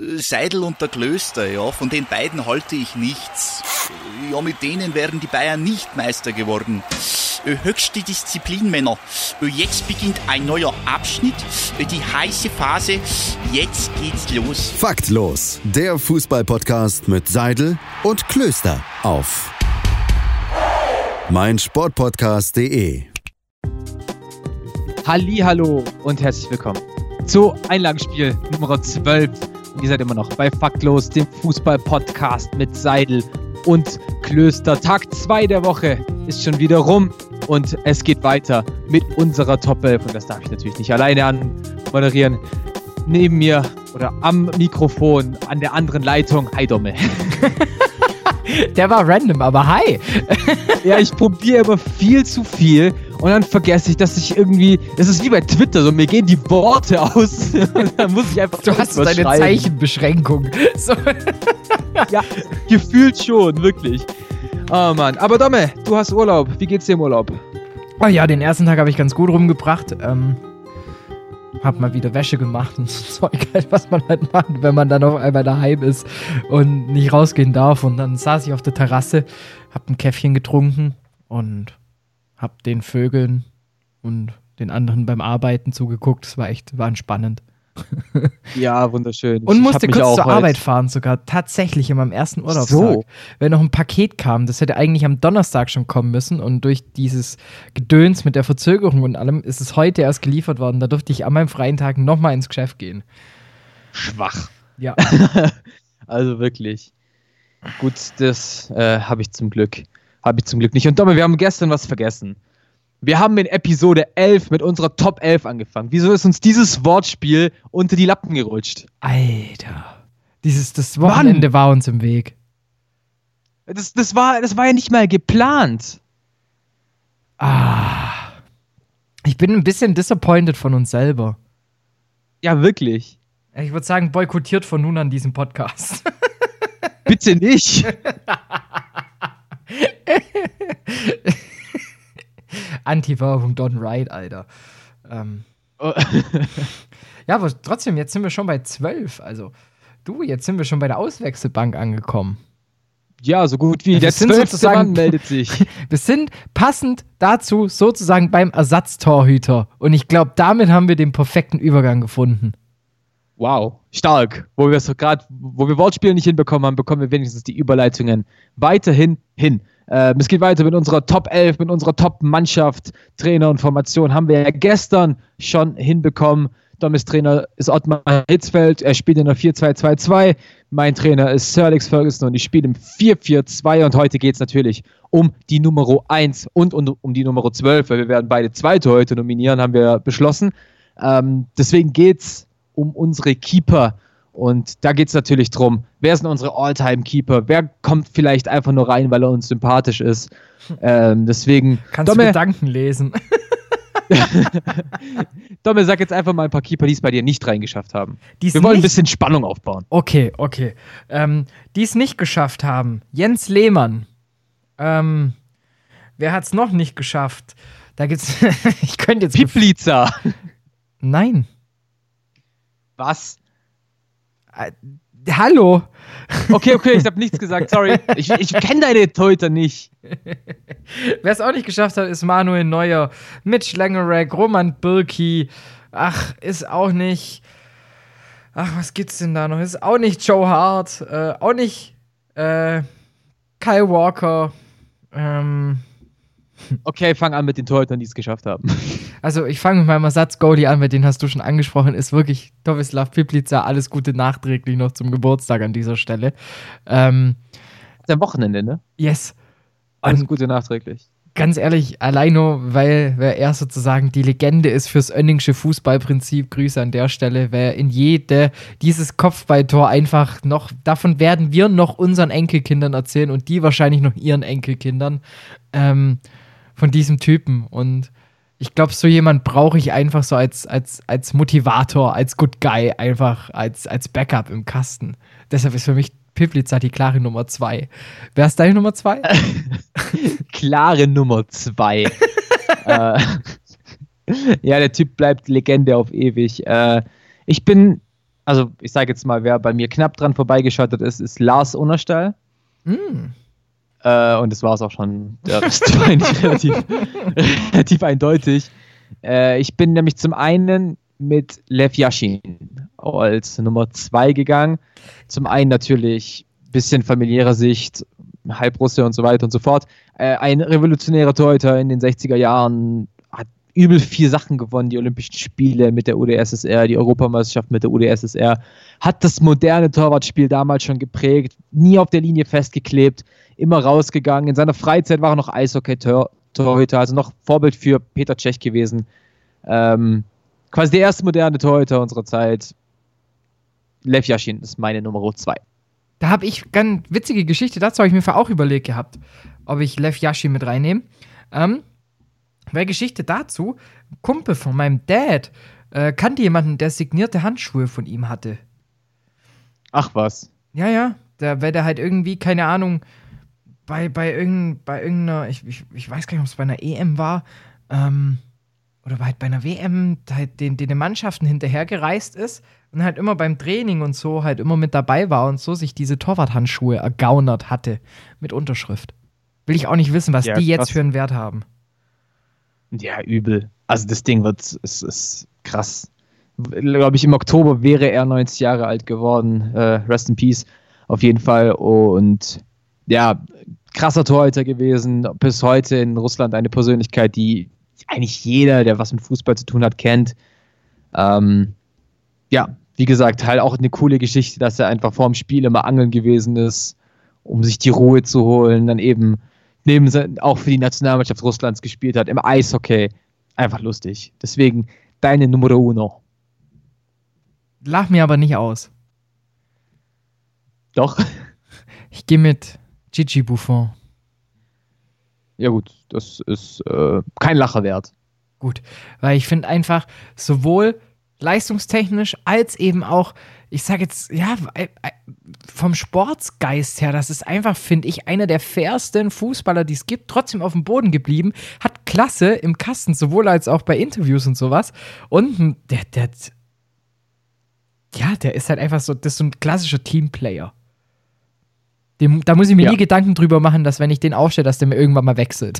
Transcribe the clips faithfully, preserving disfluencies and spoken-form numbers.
Seidel und der Klöster, ja, von den beiden halte ich nichts. Ja, mit denen wären die Bayern nicht Meister geworden. Höchste Disziplin, Männer. Jetzt beginnt ein neuer Abschnitt, die heiße Phase. Jetzt geht's los. Faktlos, der Fußball-Podcast mit Seidel und Klöster auf meinsportpodcast punkt de. Hallihallo und herzlich willkommen zu Einlagenspiel Nummer zwölf. Und ihr seid immer noch bei Faktlos, dem Fußball-Podcast mit Seidel und Klöster. Tag zwei der Woche ist schon wieder rum und es geht weiter mit unserer Top elf. Und das darf ich natürlich nicht alleine anmoderieren. Neben mir oder am Mikrofon, an der anderen Leitung, hi Domme. Der war random, aber hi. Ja, ich probiere immer viel zu viel und dann vergesse ich, dass ich irgendwie, das ist wie bei Twitter, so mir gehen die Worte aus und dann muss ich einfach Du hast deine schreiben. Zeichenbeschränkung. So. Ja, gefühlt schon, wirklich. Oh Mann, aber Domme, du hast Urlaub. Wie geht's dir im Urlaub? Oh ja, den ersten Tag habe ich ganz gut rumgebracht. Ähm, hab mal wieder Wäsche gemacht und so Zeug halt, was man halt macht, wenn man dann auf einmal daheim ist und nicht rausgehen darf. Und dann saß ich auf der Terrasse, hab ein Käffchen getrunken und hab den Vögeln und den anderen beim Arbeiten zugeguckt. Das war echt, war entspannend. Ja, wunderschön. Und ich musste kurz zur heute... Arbeit fahren sogar, tatsächlich in meinem ersten Urlaubstag. So. Weil noch ein Paket kam, das hätte eigentlich am Donnerstag schon kommen müssen und durch dieses Gedöns mit der Verzögerung und allem ist es heute erst geliefert worden. Da durfte ich an meinem freien Tag nochmal ins Geschäft gehen. Schwach. Ja. Also wirklich. Gut, das äh, habe ich zum Glück. Habe ich zum Glück nicht. Und Domme, wir haben gestern was vergessen. Wir haben in Episode elf mit unserer Top elf angefangen. Wieso ist uns dieses Wortspiel unter die Lappen gerutscht? Alter. Dieses, das Wochenende Mann. war uns im Weg. Das, das, war, das war ja nicht mal geplant. Ah. Ich bin ein bisschen disappointed von uns selber. Ja, wirklich. Ich würde sagen, boykottiert von nun an diesen Podcast. Bitte nicht. Anti-Werbung done right, Alter. Ähm. Oh. Ja, aber trotzdem, jetzt sind wir schon bei zwölf. Also, du, jetzt sind wir schon bei der Auswechselbank angekommen. Ja, so gut wie. Ja, der zwölfte Mann meldet sich. Wir sind passend dazu sozusagen beim Ersatztorhüter. Und ich glaube, damit haben wir den perfekten Übergang gefunden. Wow, stark. Wo wir es gerade, wo wir Wortspiele nicht hinbekommen haben, bekommen wir wenigstens die Überleitungen weiterhin hin. Ähm, es geht weiter mit unserer Top elf, mit unserer Top-Mannschaft, Trainer und Formation. Haben wir ja gestern schon hinbekommen. Dommes Trainer ist Ottmar Hitzfeld. Er spielt in der vier zwei zwei zwei. Mein Trainer ist Sir Alex Ferguson und ich spiele im vier vier zwei. Und heute geht es natürlich um die Nummer eins und, und um die Nummer zwölf, weil wir werden beide Zweite heute nominieren, haben wir beschlossen. Ähm, deswegen geht es um unsere Keeper. Und da geht es natürlich drum, wer sind unsere All-Time-Keeper? Wer kommt vielleicht einfach nur rein, weil er uns sympathisch ist? Ähm, deswegen. Kannst Domme, du Gedanken lesen? Domme, sag jetzt einfach mal ein paar Keeper, die es bei dir nicht reingeschafft haben. Die's Wir wollen nicht? ein bisschen Spannung aufbauen. Okay, okay. Ähm, die es nicht geschafft haben. Jens Lehmann. Ähm, wer hat es noch nicht geschafft? Da gibt's. Ich könnte jetzt. Piplica. Nein. Was? Äh, hallo. Okay, okay, ich habe nichts gesagt, sorry. Ich, ich kenne deine Torhüter nicht. Wer es auch nicht geschafft hat, ist Manuel Neuer, Mitch Langerack, Roman Bürki. Ach, ist auch nicht. Ach, was gibt's denn da noch? Ist auch nicht Joe Hart, äh, auch nicht äh, Kyle Walker. Ähm. Okay, fang an mit den Torhütern, die es geschafft haben. Also ich fange mit meinem Ersatz-Goalie an, weil den hast du schon angesprochen, ist wirklich Tomislav Piplica. Alles Gute nachträglich noch zum Geburtstag an dieser Stelle. Ähm, Am Wochenende, ne? Yes. Alles Und Gute nachträglich. ganz ehrlich, allein nur, weil, weil er sozusagen die Legende ist fürs Önningsche Fußballprinzip. Grüße an der Stelle, weil er in jede, dieses Kopfballtor einfach noch, davon werden wir noch unseren Enkelkindern erzählen und die wahrscheinlich noch ihren Enkelkindern, ähm, von diesem Typen. Und ich glaube, so jemand brauche ich einfach so als, als, als Motivator, als Good Guy, einfach als, als Backup im Kasten. Deshalb ist für mich Piplica die klare Nummer zwei. Wer ist deine Nummer zwei? Klare Nummer zwei. äh, ja, der Typ bleibt Legende auf ewig. Äh, ich bin also ich sage jetzt mal, wer bei mir knapp dran vorbeigeschaltet ist, ist Lars Unnerstall. Mm. Äh, und das war es auch schon. Der Rest war eigentlich relativ, relativ eindeutig. Äh, ich bin nämlich zum einen mit Lev Yashin als Nummer zwei gegangen. Zum einen natürlich ein bisschen familiärer Sicht, Halbrusse und so weiter und so fort. Äh, ein revolutionärer Torhüter in den sechziger Jahren, hat übel vier Sachen gewonnen, die Olympischen Spiele mit der U d S S R, die Europameisterschaft mit der U d S S R, hat das moderne Torwartspiel damals schon geprägt, nie auf der Linie festgeklebt, immer rausgegangen. In seiner Freizeit war er noch Eishockey-Torhüter, also noch Vorbild für Peter Cech gewesen. Ähm, quasi der erste moderne Torhüter unserer Zeit. Lev Yashin ist meine Nummer zwei. Da habe ich ganz witzige Geschichte, dazu habe ich mir auch überlegt gehabt, ob ich Lev Yashin mit reinnehme. Ähm, weil Geschichte dazu, ein Kumpel von meinem Dad äh, kannte jemanden, der signierte Handschuhe von ihm hatte. Ach was. Ja, ja, der, weil der halt irgendwie, keine Ahnung, bei, bei, irgend, bei irgendeiner, ich, ich, ich weiß gar nicht, ob es bei einer E M war, ähm, oder halt bei einer W M, halt den, den Mannschaften hinterhergereist ist und halt immer beim Training und so halt immer mit dabei war und so sich diese Torwarthandschuhe ergaunert hatte mit Unterschrift. Will ich auch nicht wissen, was ja, die jetzt krass. für einen Wert haben. Ja, übel. Also das Ding wird, ist, ist krass. Glaube ich, im Oktober wäre er neunzig Jahre alt geworden. Äh, Rest in Peace auf jeden Fall. Und ja, krasser Torhüter gewesen. Bis heute in Russland eine Persönlichkeit, die eigentlich jeder, der was mit Fußball zu tun hat, kennt. Ähm, ja, wie gesagt, halt auch eine coole Geschichte, dass er einfach vorm Spiel immer angeln gewesen ist, um sich die Ruhe zu holen. Dann eben neben auch für die Nationalmannschaft Russlands gespielt hat, im Eishockey. Einfach lustig. Deswegen deine Numero uno. Lach mir aber nicht aus. Doch. Ich gehe mit Gigi Buffon. Ja gut, das ist äh, kein Lacher wert. Gut, weil ich finde einfach sowohl leistungstechnisch als eben auch, ich sage jetzt, ja, vom Sportsgeist her, das ist einfach, finde ich, einer der fairsten Fußballer, die es gibt, trotzdem auf dem Boden geblieben, hat Klasse im Kasten, sowohl als auch bei Interviews und sowas. Und der, der, ja, der ist halt einfach so, das ist so ein klassischer Teamplayer. Dem, da muss ich mir ja. nie Gedanken drüber machen, dass wenn ich den aufstelle, dass der mir irgendwann mal wechselt.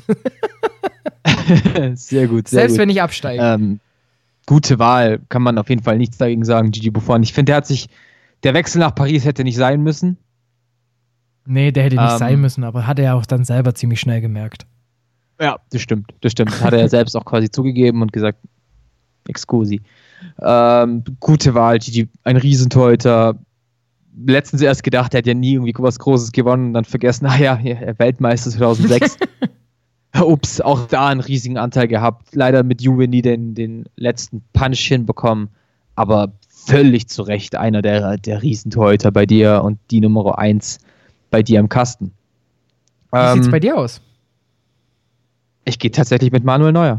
Sehr gut, sehr Selbst gut. wenn ich absteige. Ähm, gute Wahl, kann man auf jeden Fall nichts dagegen sagen, Gigi Buffon. Ich finde, der hat sich, der Wechsel nach Paris hätte nicht sein müssen. Nee, der hätte nicht ähm, sein müssen, aber hat er ja auch dann selber ziemlich schnell gemerkt. Ja, das stimmt, das stimmt. Hat er selbst auch quasi zugegeben und gesagt, excusi. Ähm, gute Wahl, Gigi, ein Riesentorhüter. Letztens erst gedacht, er hätte ja nie irgendwie was Großes gewonnen und dann vergessen, ah ja, Weltmeister zweitausendsechs. Ups, auch da einen riesigen Anteil gehabt. Leider mit Juve nie den, den letzten Punch hinbekommen, aber völlig zu Recht einer der, der Riesentorhüter bei dir und die Nummer eins bei dir im Kasten. Wie ähm, sieht's bei dir aus? Ich gehe tatsächlich mit Manuel Neuer.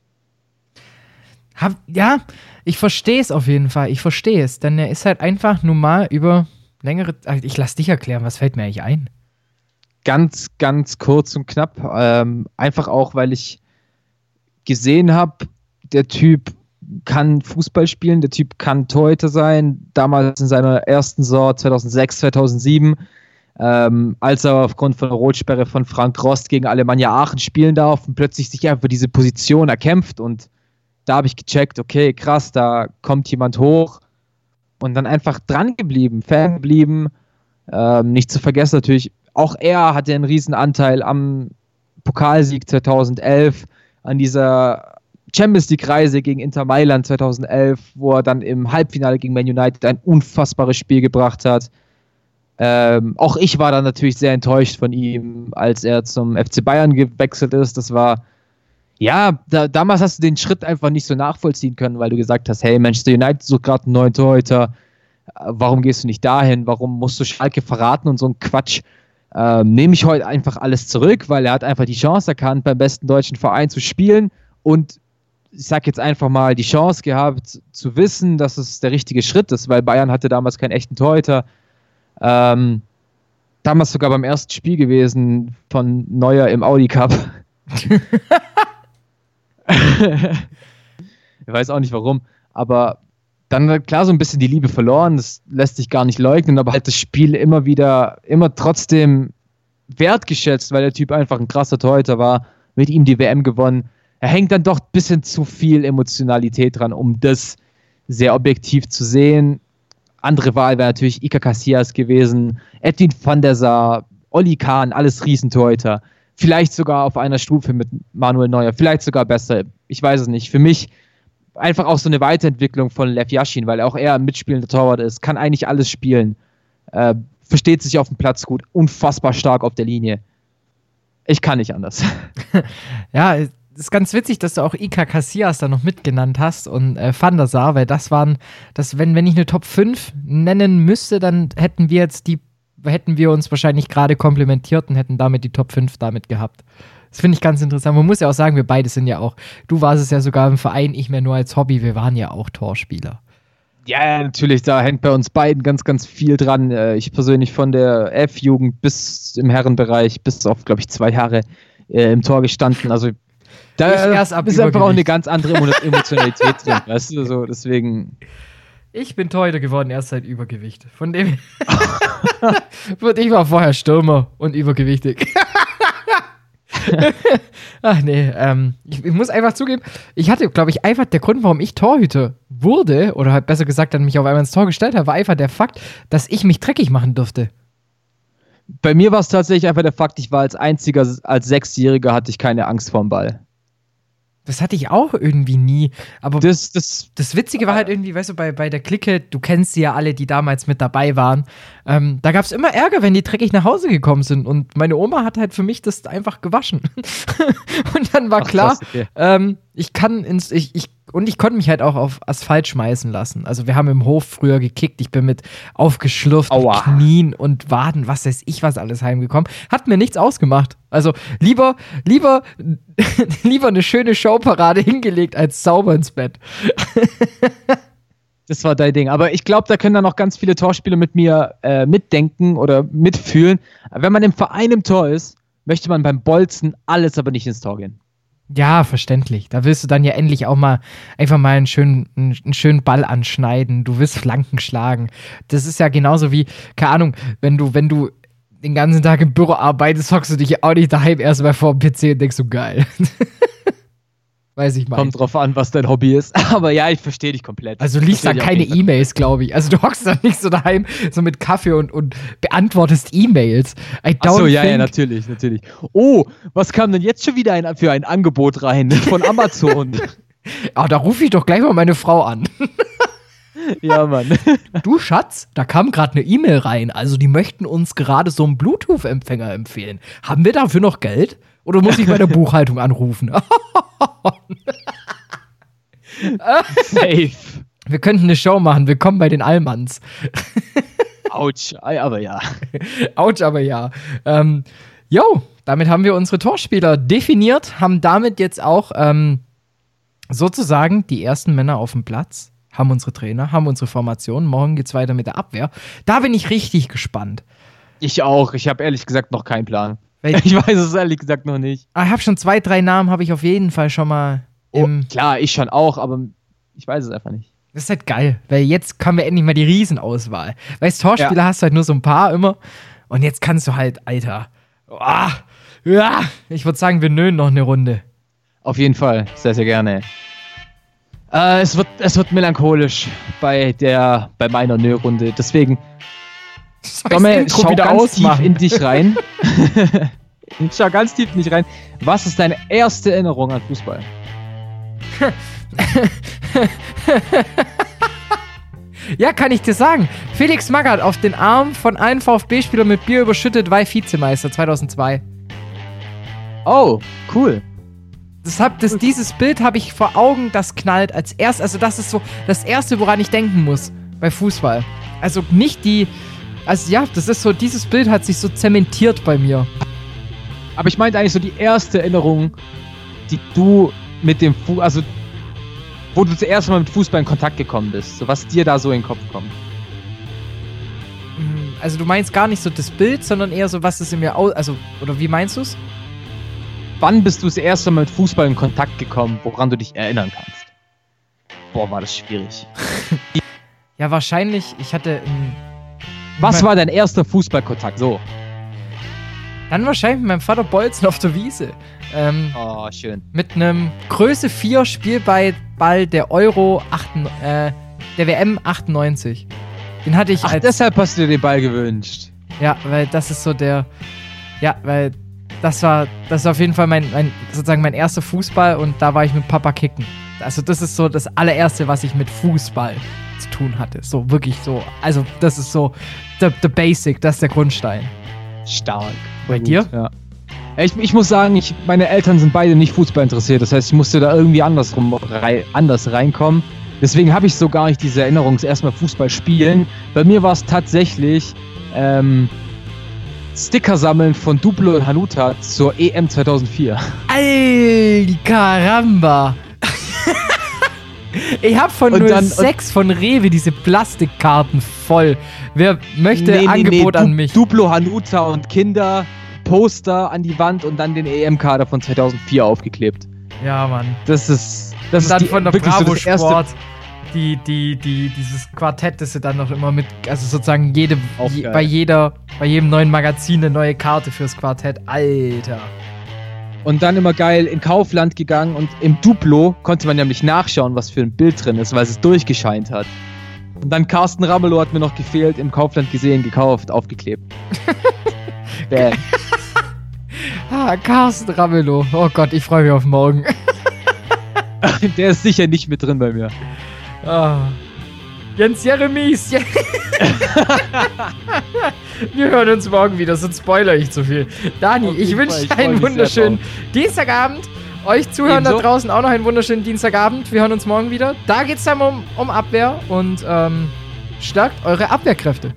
Hab, ja, ich verstehe es auf jeden Fall. Ich verstehe es, denn er ist halt einfach nun mal über längere. Ich lass dich erklären, was fällt mir eigentlich ein? Ganz, ganz kurz und knapp. Ähm, einfach auch, weil ich gesehen habe, der Typ kann Fußball spielen, der Typ kann Torhüter sein. Damals in seiner ersten Saison zweitausendsechs, zweitausendsieben, ähm, als er aufgrund von der Rotsperre von Frank Rost gegen Alemannia Aachen spielen darf und plötzlich sich einfach diese Position erkämpft. Und da habe ich gecheckt, okay, krass, da kommt jemand hoch und dann einfach dran geblieben, Fan geblieben. Ähm, nicht zu vergessen natürlich, auch er hatte einen riesen Anteil am Pokalsieg zweitausendelf, an dieser Champions League-Reise gegen Inter Mailand zweitausendelf, wo er dann im Halbfinale gegen Man United ein unfassbares Spiel gebracht hat. Ähm, auch ich war dann natürlich sehr enttäuscht von ihm, als er zum F C Bayern gewechselt ist. Das war, ja, da, damals hast du den Schritt einfach nicht so nachvollziehen können, weil du gesagt hast, hey, Manchester United sucht gerade einen neuen Torhüter, warum gehst du nicht dahin, warum musst du Schalke verraten und so ein Quatsch. Ähm, nehme ich heute einfach alles zurück, weil er hat einfach die Chance erkannt, beim besten deutschen Verein zu spielen und ich sag jetzt einfach mal, die Chance gehabt zu wissen, dass es der richtige Schritt ist, weil Bayern hatte damals keinen echten Torhüter. Ähm, damals sogar beim ersten Spiel gewesen von Neuer im Audi Cup. Ich weiß auch nicht warum, aber dann klar so ein bisschen die Liebe verloren, das lässt sich gar nicht leugnen, aber halt das Spiel immer wieder, immer trotzdem wertgeschätzt, weil der Typ einfach ein krasser Torhüter war, mit ihm die W M gewonnen. Er hängt dann doch ein bisschen zu viel Emotionalität dran, um das sehr objektiv zu sehen. Andere Wahl wäre natürlich Iker Casillas gewesen, Edwin van der Sar, Oli Kahn, alles Riesentorhüter. Vielleicht sogar auf einer Stufe mit Manuel Neuer, vielleicht sogar besser, ich weiß es nicht. Für mich einfach auch so eine Weiterentwicklung von Lev Yashin, weil auch er ein mitspielender Torwart ist, kann eigentlich alles spielen, äh, versteht sich auf dem Platz gut, unfassbar stark auf der Linie. Ich kann nicht anders. Ja, ist ganz witzig, dass du auch Iker Casillas da noch mitgenannt hast und äh, Van der Sar, weil das waren, das, wenn, wenn ich eine Top fünf nennen müsste, dann hätten wir jetzt die, hätten wir uns wahrscheinlich gerade komplementiert und hätten damit die Top fünf damit gehabt. Das finde ich ganz interessant. Man muss ja auch sagen, wir beide sind ja auch, du warst es ja sogar im Verein, ich mehr nur als Hobby, wir waren ja auch Torspieler. Ja, natürlich, da hängt bei uns beiden ganz, ganz viel dran. Ich persönlich von der F-Jugend bis im Herrenbereich, bis auf, glaube ich, zwei Jahre äh, im Tor gestanden. Also da ist einfach auch eine ganz andere Emotionalität drin, weißt du, so deswegen. Ich bin Torhüter geworden, erst seit Übergewicht. Von dem ich war vorher Stürmer und übergewichtig. Ach nee, ähm, ich, ich muss einfach zugeben, ich hatte, glaube ich, einfach der Grund, warum ich Torhüter wurde, oder halt besser gesagt, dann mich auf einmal ins Tor gestellt habe, war einfach der Fakt, dass ich mich dreckig machen durfte. Bei mir war es tatsächlich einfach der Fakt, ich war als einziger, als Sechsjähriger hatte ich keine Angst vorm Ball. Das hatte ich auch irgendwie nie. Aber das, das, das Witzige war halt irgendwie, weißt du, bei, bei der Clique, du kennst sie ja alle, die damals mit dabei waren, ähm, da gab es immer Ärger, wenn die dreckig nach Hause gekommen sind. Und meine Oma hat halt für mich das einfach gewaschen. Und dann war Ach, klar, krass, okay. ähm, ich kann ins, ich, ich Und ich konnte mich halt auch auf Asphalt schmeißen lassen. Also wir haben im Hof früher gekickt. Ich bin mit aufgeschlürft, mit Knien und Waden, was weiß ich, was alles heimgekommen. Hat mir nichts ausgemacht. Also lieber, lieber, lieber eine schöne Showparade hingelegt, als sauber ins Bett. Das war dein Ding. Aber ich glaube, da können dann noch ganz viele Torspieler mit mir äh, mitdenken oder mitfühlen. Wenn man im Verein im Tor ist, möchte man beim Bolzen alles aber nicht ins Tor gehen. Ja, verständlich. Da willst du dann ja endlich auch mal einfach mal einen schönen, einen, einen schönen Ball anschneiden. Du willst Flanken schlagen. Das ist ja genauso wie, keine Ahnung, wenn du, wenn du den ganzen Tag im Büro arbeitest, hockst du dich auch nicht daheim erstmal vor dem P C und denkst so, geil. Weiß ich mal. Kommt drauf an, was dein Hobby ist. Aber ja, ich verstehe dich komplett. Also du liest dann keine E-Mails, glaube ich. Also du hockst dann nicht so daheim, so mit Kaffee und, und beantwortest E-Mails. Achso, ja, ja, natürlich, natürlich. Oh, was kam denn jetzt schon wieder ein, für ein Angebot rein von Amazon? Ah, da rufe ich doch gleich mal meine Frau an. Ja, Mann. Du, Schatz, da kam gerade eine E-Mail rein. Also die möchten uns gerade so einen Bluetooth-Empfänger empfehlen. Haben wir dafür noch Geld? Oder muss ich bei der Buchhaltung anrufen? Safe. Wir könnten eine Show machen. Willkommen bei den Allmanns. Autsch, aber ja. Autsch, aber ja. Ähm, jo, damit haben wir unsere Torspieler definiert, haben damit jetzt auch ähm, sozusagen die ersten Männer auf dem Platz, haben unsere Trainer, haben unsere Formation. Morgen geht's weiter mit der Abwehr. Da bin ich richtig gespannt. Ich auch. Ich habe ehrlich gesagt noch keinen Plan. Ich weiß es ehrlich gesagt noch nicht. Ich habe schon zwei, drei Namen, habe ich auf jeden Fall schon mal im... Oh, klar, ich schon auch, aber ich weiß es einfach nicht. Das ist halt geil, weil jetzt haben wir endlich mal die Riesenauswahl. Weißt du, Torspieler ja. hast du halt nur so ein paar immer und jetzt kannst du halt, Alter, oh, ja, ich würde sagen, wir nölen noch eine Runde. Auf jeden Fall, sehr, sehr gerne. Äh, es wird, es wird melancholisch bei der, bei meiner Nö-Runde, deswegen Domme, schau wieder ganz ausmachen. tief in dich rein. Schau ganz tief in dich rein. Was ist deine erste Erinnerung an Fußball? Ja, kann ich dir sagen. Felix Magath auf den Arm von einem VfB-Spieler mit Bier überschüttet, war Vizemeister zweitausendzwei. Oh, cool. Das hab, das, dieses Bild habe ich vor Augen, das knallt als erstes. Also das ist so das Erste, woran ich denken muss bei Fußball. Also nicht die... Also ja, das ist so, dieses Bild hat sich so zementiert bei mir. Aber ich meinte eigentlich so die erste Erinnerung, die du mit dem Fußball, also wo du zuerst mal mit Fußball in Kontakt gekommen bist, so was dir da so in den Kopf kommt. Also du meinst gar nicht so das Bild, sondern eher so, was ist in mir aus, also, oder wie meinst du es? Wann bist du das erste Mal mit Fußball in Kontakt gekommen, woran du dich erinnern kannst? Boah, war das schwierig. Ja, wahrscheinlich, ich hatte... Ein, Was mein, war dein erster Fußballkontakt? So. Dann wahrscheinlich mit meinem Vater Bolzen auf der Wiese. Ähm, Oh, schön. mit einem Größe vier Spielball der Euro acht, äh, der W M achtundneunzig. Den hatte ich Ach, als... deshalb hast du dir den Ball gewünscht. Ja, weil das ist so der... Ja, weil das war, das war auf jeden Fall mein, mein, sozusagen mein erster Fußball und da war ich mit Papa kicken. Also das ist so das allererste, was ich mit Fußball zu tun hatte. So, wirklich so. Also das ist so the, the basic, das ist der Grundstein. Stark. Bei Gut, dir? Ja. Ich, ich muss sagen, ich, meine Eltern sind beide nicht Fußball interessiert. Das heißt, ich musste da irgendwie andersrum rei- anders reinkommen. Deswegen habe ich so gar nicht diese Erinnerung, erstmal Fußball spielen. Bei mir war es tatsächlich ähm, Sticker sammeln von Duplo und Hanuta zur E M zweitausendvier. Ay, caramba! Ich hab von Und null dann- sechs von Rewe diese Plastikkarten voll. Wer möchte Nee, nee, Angebot nee, an Du- mich? Duplo, Hanuta und Kinder, Poster an die Wand und dann den E M-Kader von zweitausendvier aufgeklebt. Ja, Mann. Das ist, das Und ist dann die, von der wirklich so Bravo das erste. Sport die, die, die, dieses Quartett, das sie dann noch immer mit, also sozusagen jede, Auch je, geil. bei jeder, bei jedem neuen Magazin eine neue Karte fürs Quartett. Alter. Und dann immer geil in Kaufland gegangen und im Duplo konnte man nämlich nachschauen, was für ein Bild drin ist, weil es durchgescheint hat. Und dann Carsten Ramelow hat mir noch gefehlt, im Kaufland gesehen, gekauft, aufgeklebt. Bam. Ah, Carsten Ramelow. Oh Gott, ich freue mich auf morgen. Der ist sicher nicht mit drin bei mir. Ah. Jens Jeremies. Je- Wir hören uns morgen wieder, sonst spoilere ich zu viel. Dani, Auf ich jeden wünsche Fall, ich dir freu einen mich sehr wunderschönen Dienstagabend. Euch Zuhören da Ebenso. draußen auch noch einen wunderschönen Dienstagabend. Wir hören uns morgen wieder. Da geht es dann um, um Abwehr und ähm, stärkt eure Abwehrkräfte.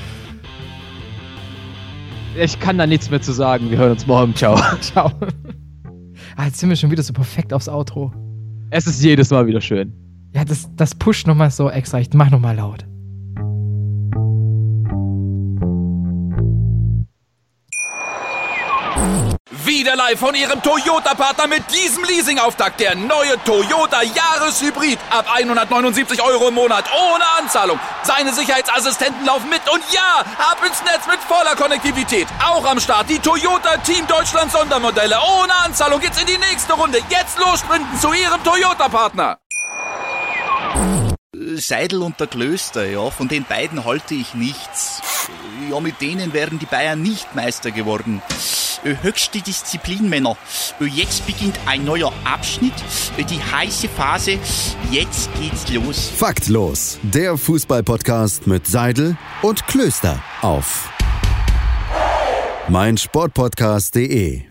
Ich kann da nichts mehr zu sagen. Wir hören uns morgen. Ciao. Ciao. Ah, jetzt sind wir schon wieder so perfekt aufs Outro. Es ist jedes Mal wieder schön. Ja, das, das pusht nochmal so extra. Ich mach nochmal laut. Wieder live von Ihrem Toyota-Partner mit diesem Leasing-Auftakt. Der neue Toyota Jahreshybrid. Ab hundertneunundsiebzig Euro im Monat. Ohne Anzahlung. Seine Sicherheitsassistenten laufen mit. Und ja, ab ins Netz mit voller Konnektivität. Auch am Start die Toyota Team Deutschland Sondermodelle. Ohne Anzahlung geht's in die nächste Runde. Jetzt los sprinten zu Ihrem Toyota-Partner. Seidel und der Klöster, ja, von den beiden halte ich nichts. Ja, mit denen wären die Bayern nicht Meister geworden. Höchste Disziplin, Männer. Jetzt beginnt ein neuer Abschnitt, die heiße Phase. Jetzt geht's los. Faktlos, der Fußball-Podcast mit Seidel und Klöster auf meinsportpodcast punkt de.